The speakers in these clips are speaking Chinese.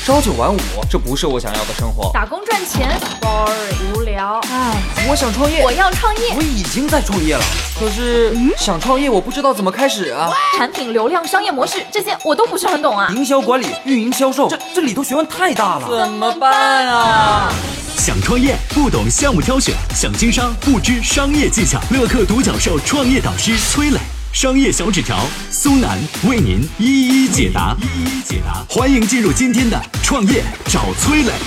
朝九晚五，这不是我想要的生活。 打工赚钱 ，boring 无聊。 我想创业， 我要创业。 我已经在创业了，可是想创业我不知道怎么开始啊。 产品流量、商业模式这些我都不是很懂啊。 营销管理、运营、销售，这里头学问太大了，怎么办啊？ 想创业不懂项目挑选，想经商不知商业技巧。乐客独角兽创业导师崔磊，商业小纸条苏南为您一一解答。欢迎进入今天的创业找崔磊。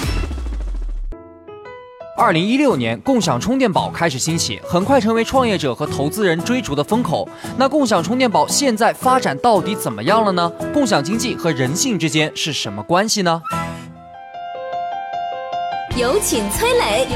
2016年，共享充电宝开始兴起，很快成为创业者和投资人追逐的风口。那共享充电宝现在发展到底怎么样了呢？共享经济和人性之间是什么关系呢？ 有请崔磊，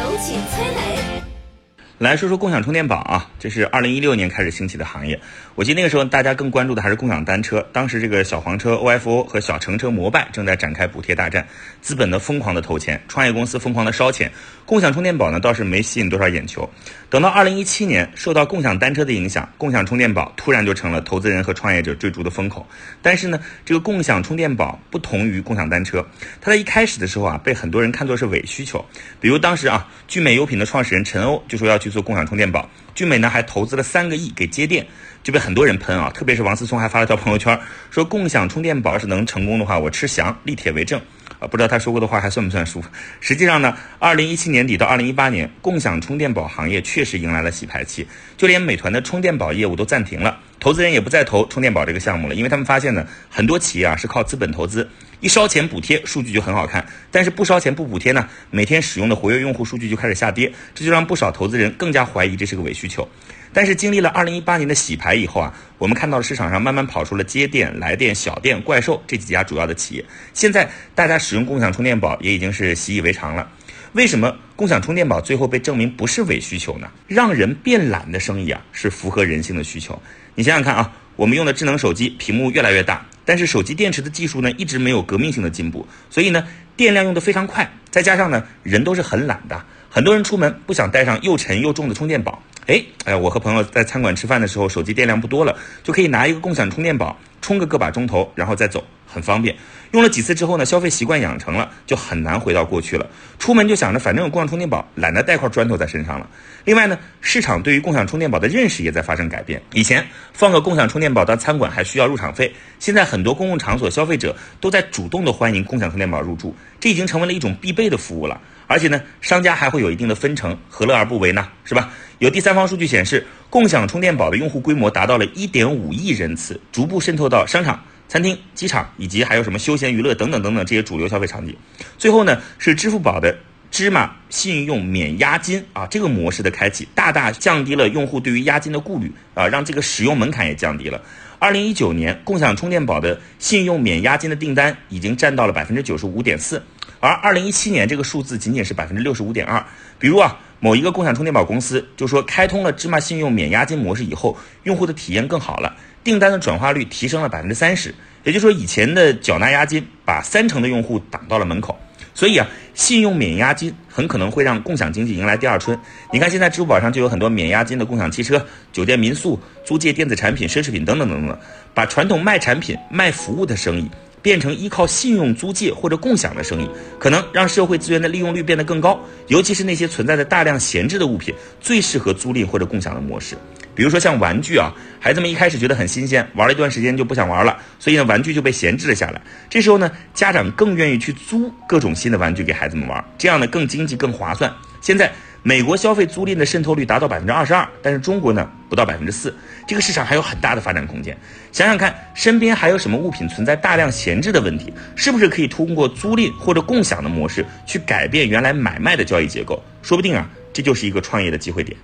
来说说共享充电宝啊，这是2016年开始兴起的行业。我记得那个时候大家更关注的还是共享单车，当时这个小黄车 OFO 和小橙车摩拜正在展开补贴大战，资本的疯狂的投钱，创业公司疯狂的烧钱。共享充电宝呢倒是没吸引多少眼球。等到2017年，受到共享单车的影响，共享充电宝突然就成了投资人和创业者追逐的风口。但是呢，这个共享充电宝不同于共享单车，它在一开始的时候啊，被很多人看作是伪需求。比如当时啊，聚美优品的创始人陈欧就说要去做共享充电宝，聚美呢还投资了3个亿给接电，就被很多人喷啊，特别是王思聪还发了条朋友圈，说共享充电宝是能成功的话，我吃翔，立铁为证。不知道他说过的话还算不算数。实际上呢，2017年底到2018年，共享充电宝行业确实迎来了洗牌期，就连美团的充电宝业务都暂停了，投资人也不再投充电宝这个项目了，因为他们发现呢，很多企业啊是靠资本投资，一烧钱补贴数据就很好看，但是不烧钱不补贴呢，每天使用的活跃用户数据就开始下跌，这就让不少投资人更加怀疑这是个伪需求。但是经历了2018年的洗牌以后啊，我们看到了市场上慢慢跑出了接电、来电、小电、怪兽这几家主要的企业。现在大家使用共享充电宝也已经是习以为常了。为什么共享充电宝最后被证明不是伪需求呢？让人变懒的生意啊，是符合人性的需求。你想想看啊，我们用的智能手机屏幕越来越大，但是手机电池的技术呢一直没有革命性的进步，所以呢电量用得非常快，再加上呢人都是很懒的，很多人出门不想带上又沉又重的充电宝。我和朋友在餐馆吃饭的时候，手机电量不多了，就可以拿一个共享充电宝充个把钟头，然后再走，很方便。用了几次之后呢，消费习惯养成了，就很难回到过去了。出门就想着反正有共享充电宝，懒得带块砖头在身上了。另外呢，市场对于共享充电宝的认识也在发生改变。以前放个共享充电宝到餐馆还需要入场费，现在很多公共场所消费者都在主动的欢迎共享充电宝入驻，这已经成为了一种必备的服务了。而且呢，商家还会有一定的分成，何乐而不为呢？是吧？有第三方数据显示，共享充电宝的用户规模达到了1.5亿人次，逐步渗透到商场、餐厅、机场以及还有什么休闲娱乐等等等等这些主流消费场景。最后呢，是支付宝的芝麻信用免押金啊，这个模式的开启，大大降低了用户对于押金的顾虑啊，让这个使用门槛也降低了。2019年，共享充电宝的信用免押金的订单已经占到了95.4%，而2017年这个数字仅仅是65.2%。比如啊，某一个共享充电宝公司就说，开通了芝麻信用免押金模式以后，用户的体验更好了，订单的转化率提升了30%，也就是说以前的缴纳押金把30%的用户挡到了门口。所以啊，信用免押金很可能会让共享经济迎来第二春。你看现在支付宝上就有很多免押金的共享汽车、酒店民宿、租借电子产品、奢侈品等等等等，把传统卖产品、卖服务的生意变成依靠信用租借或者共享的生意，可能让社会资源的利用率变得更高，尤其是那些存在着大量闲置的物品，最适合租赁或者共享的模式。比如说像玩具啊，孩子们一开始觉得很新鲜，玩了一段时间就不想玩了，所以呢玩具就被闲置了下来。这时候呢，家长更愿意去租各种新的玩具给孩子们玩，这样呢更经济更划算。现在美国消费租赁的渗透率达到22%，但是中国呢不到4%，这个市场还有很大的发展空间。想想看，身边还有什么物品存在大量闲置的问题，是不是可以通过租赁或者共享的模式去改变原来买卖的交易结构？说不定啊，这就是一个创业的机会点。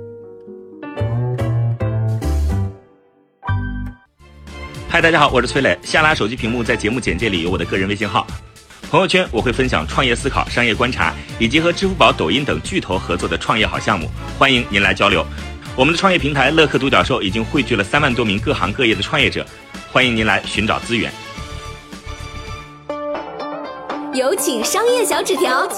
嗨，大家好，我是崔磊。下拉手机屏幕，在节目简介里有我的个人微信号。朋友圈我会分享创业思考、商业观察，以及和支付宝、抖音等巨头合作的创业好项目，欢迎您来交流。我们的创业平台乐客独角兽已经汇聚了3万多名各行各业的创业者，欢迎您来寻找资源。 有请商业小纸条，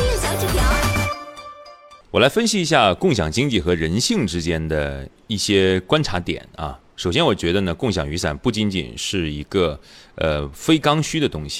我来分析一下共享经济和人性之间的一些观察点啊。首先我觉得呢，共享雨伞不仅仅是一个非刚需的东西，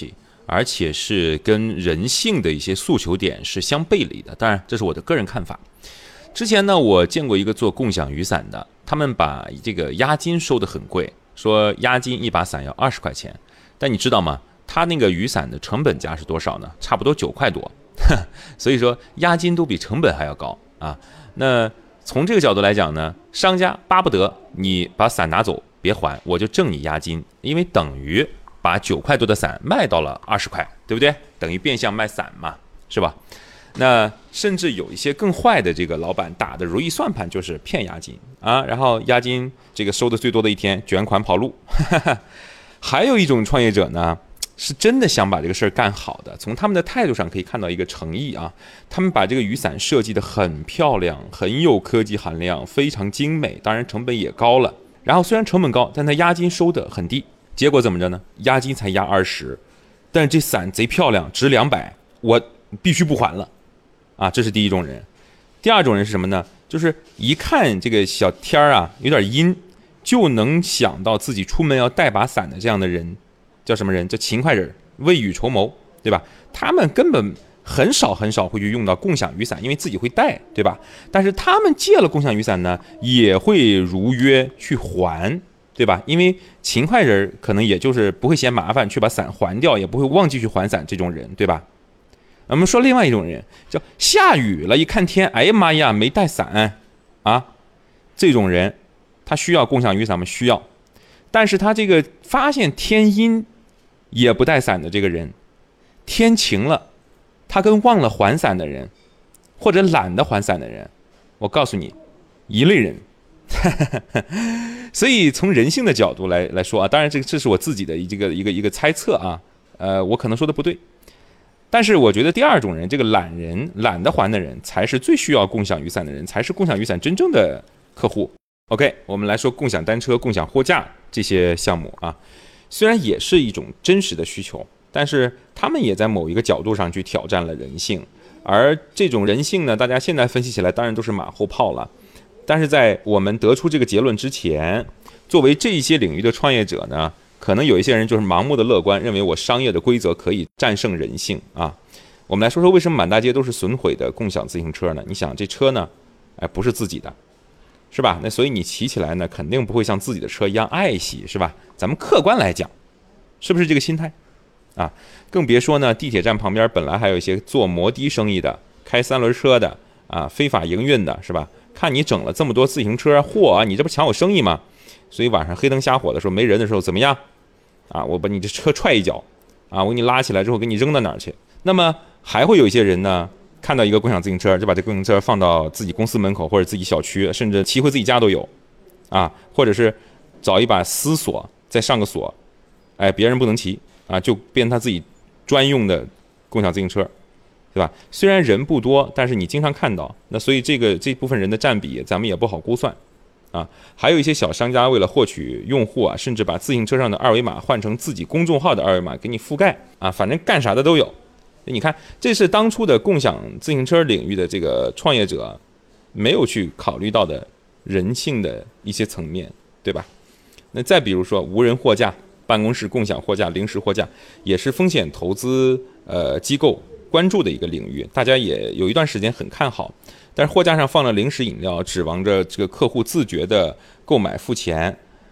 而且是跟人性的一些诉求点是相背离的。当然，这是我的个人看法。之前呢，我见过一个做共享雨伞的，他们把这个押金收得很贵，说押金一把伞要20块钱。但你知道吗？他那个雨伞的成本价是多少呢？差不多9块多。所以说押金都比成本还要高啊。那从这个角度来讲呢，商家巴不得你把伞拿走别还，我就挣你押金，因为等于把9块多的伞卖到了20块，对不对？等于变相卖伞嘛，是吧？那甚至有一些更坏的这个老板打的如意算盘，就是骗押金啊，然后押金这个收的最多的一天卷款跑路。还有一种创业者呢，是真的想把这个事儿干好的，从他们的态度上可以看到一个诚意啊。他们把这个雨伞设计得很漂亮，很有科技含量，非常精美，当然成本也高了。然后虽然成本高，但他押金收得很低，结果怎么着呢？押金才押20，但是这伞贼漂亮，值200，我必须不还了啊！这是第一种人。第二种人是什么呢？就是一看这个小天儿啊有点阴，就能想到自己出门要带把伞的这样的人，叫什么人？叫勤快人，未雨绸缪，对吧？他们根本很少会去用到共享雨伞，因为自己会带，对吧？但是他们借了共享雨伞呢，也会如约去还，对吧？因为勤快人可能也就是不会嫌麻烦去把伞还掉，也不会忘记去还伞这种人，对吧？我们说另外一种人，叫下雨了，一看天，哎呀妈呀，没带伞啊！这种人他需要共享雨伞吗？需要，但是他这个发现天阴也不带伞的这个人，天晴了，他跟忘了还伞的人，或者懒得还伞的人，我告诉你，一类人。所以从人性的角度来说啊，当然这是我自己的一个猜测啊，我可能说的不对。但是我觉得第二种人，这个懒得还的人，才是最需要共享雨伞的人，才是共享雨伞真正的客户。OK， 我们来说共享单车、共享货架这些项目啊，虽然也是一种真实的需求，但是他们也在某一个角度上去挑战了人性。而这种人性呢，大家现在分析起来当然都是马后炮了。但是在我们得出这个结论之前，作为这一些领域的创业者呢，可能有一些人就是盲目的乐观，认为我商业的规则可以战胜人性啊。我们来说说为什么满大街都是损毁的共享自行车呢？你想这车呢，不是自己的，是吧？那所以你骑起来呢，肯定不会像自己的车一样爱惜，是吧？咱们客观来讲，是不是这个心态啊？更别说呢，地铁站旁边本来还有一些做摩的生意的、开3轮车的啊，非法营运的，是吧？看你整了这么多自行车，嚯，你这不抢我生意吗？所以晚上黑灯瞎火的时候，没人的时候怎么样啊？我把你这车踹一脚啊，我给你拉起来之后给你扔到哪儿去？那么还会有一些人呢，看到一个共享自行车，就把这共享车放到自己公司门口或者自己小区，甚至骑回自己家都有啊，或者是找一把私锁再上个锁，别人不能骑啊，就变成他自己专用的共享自行车，对吧？虽然人不多，但是你经常看到，那所以这部分人的占比咱们也不好估算啊。还有一些小商家为了获取用户啊，甚至把自行车上的二维码换成自己公众号的二维码给你覆盖啊，反正干啥的都有。你看，这是当初的共享自行车领域的这个创业者没有去考虑到的人性的一些层面，对吧？那再比如说无人货架、办公室共享货架、零食货架，也是风险投资机构关注的一个领域，大家也有一段时间很看好。但是货架上放了零食饮料，指望着这个客户自觉的购买付钱，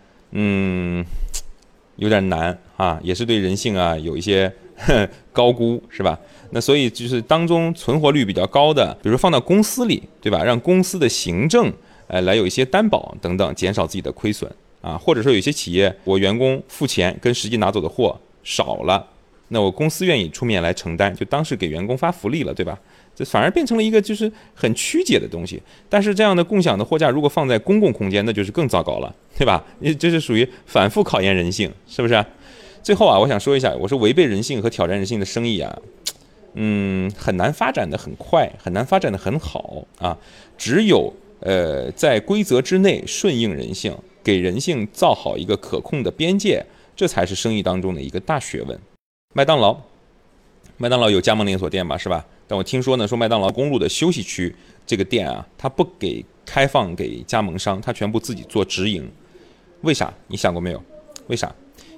有点难啊，也是对人性啊有一些高估，是吧？那所以就是当中存活率比较高的，比如说放到公司里，对吧？让公司的行政来有一些担保等等，减少自己的亏损啊，或者说有些企业，我员工付钱跟实际拿走的货少了，那我公司愿意出面来承担，就当是给员工发福利了，对吧？这反而变成了一个就是很曲解的东西。但是这样的共享的货架如果放在公共空间，那就是更糟糕了，对吧？这是属于反复考验人性，是不是？最后啊，我想说一下，我说违背人性和挑战人性的生意啊，很难发展的很快，很难发展的很好啊。只有在规则之内顺应人性，给人性造好一个可控的边界，这才是生意当中的一个大学问。麦当劳有加盟连锁店吧，是吧？但我听说呢，说麦当劳公路的休息区这个店啊，它不给开放给加盟商，它全部自己做直营。为啥？你想过没有？为啥？因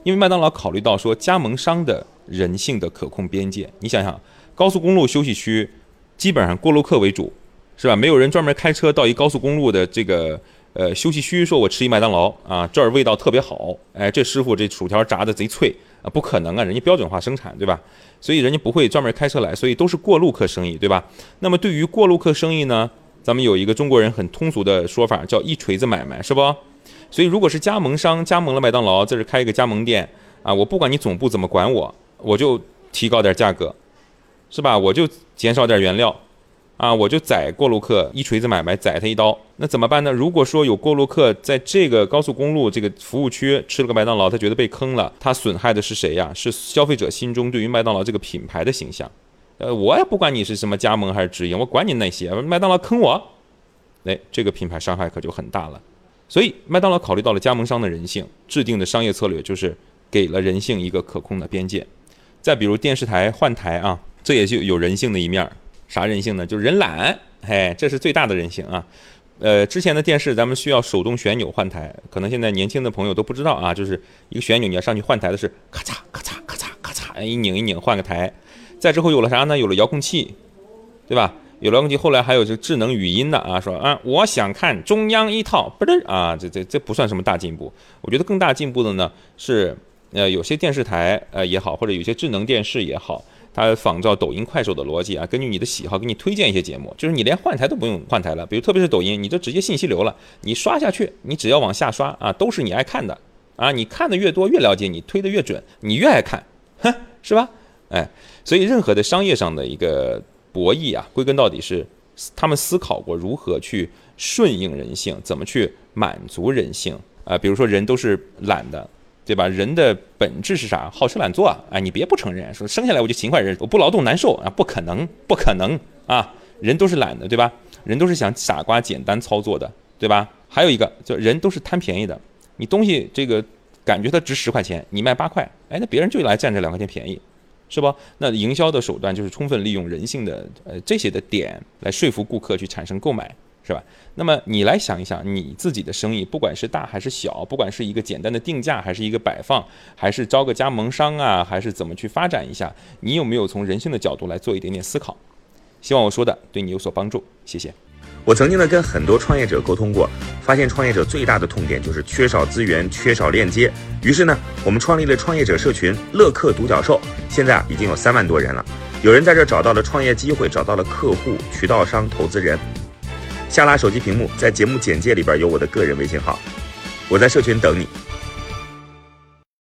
因为麦当劳考虑到说加盟商的人性的可控边界。你想想，高速公路休息区基本上过路客为主，是吧？没有人专门开车到一高速公路的这个休息区说我吃一麦当劳啊，这儿味道特别好，哎，这师傅这薯条炸的贼脆啊，不可能啊，人家标准化生产，对吧？所以人家不会专门开车来，所以都是过路客生意，对吧？那么对于过路客生意呢，咱们有一个中国人很通俗的说法叫一锤子买卖，是不？所以如果是加盟商加盟了麦当劳，这是开一个加盟店啊，我不管你总部怎么管我就提高点价格，是吧？我就减少点原料啊，我就宰过路客，一锤子买卖宰他一刀。那怎么办呢？如果说有过路客在这个高速公路这个服务区吃了个麦当劳，他觉得被坑了，他损害的是谁呀？是消费者心中对于麦当劳这个品牌的形象。我也不管你是什么加盟还是直营，我管你那些，麦当劳坑我，哎，这个品牌伤害可就很大了。所以麦当劳考虑到了加盟商的人性，制定的商业策略就是给了人性一个可控的边界。再比如电视台换台啊，这也就有人性的一面。啥人性呢？就是人懒，嘿，这是最大的人性啊。之前的电视咱们需要手动旋钮换台，可能现在年轻的朋友都不知道啊，就是一个旋钮，你要上去换台的是咔嚓咔嚓咔嚓咔嚓，一拧一拧换个台。再之后有了啥呢？有了遥控器，对吧？有了遥控器，后来还有这智能语音的啊，说啊，我想看中央一套，不是啊，这不算什么大进步。我觉得更大进步的呢是，有些电视台也好，或者有些智能电视也好，它仿照抖音、快手的逻辑啊，根据你的喜好给你推荐一些节目，就是你连换台都不用换台了。比如特别是抖音，你就直接信息流了，你刷下去，你只要往下刷啊，都是你爱看的啊，你看的越多越了解你，推的越准，你越爱看，是吧？哎，所以任何的商业上的一个博弈啊，归根到底是他们思考过如何去顺应人性，怎么去满足人性啊。比如说人都是懒的，对吧？人的本质是啥？好吃懒做啊！哎，你别不承认，说生下来我就勤快人，我不劳动难受啊，不可能，不可能啊！人都是懒的，对吧？人都是想傻瓜简单操作的，对吧？还有一个，就人都是贪便宜的，你东西这个感觉它值10块钱，你卖8块，哎，那别人就来占这2块钱便宜。是吧？那营销的手段就是充分利用人性的这些的点来说服顾客去产生购买，是吧？那么你来想一想，你自己的生意，不管是大还是小，不管是一个简单的定价，还是一个摆放，还是招个加盟商啊，还是怎么去发展一下，你有没有从人性的角度来做一点点思考？希望我说的对你有所帮助，谢谢。 我曾经呢跟很多创业者沟通过，发现创业者最大的痛点就是缺少资源、缺少链接。于是呢，我们创立了创业者社群乐客独角兽，现在已经有3万多人了。有人在这找到了创业机会，找到了客户、渠道商、投资人。下拉手机屏幕，在节目简介里边有我的个人微信号，我在社群等你。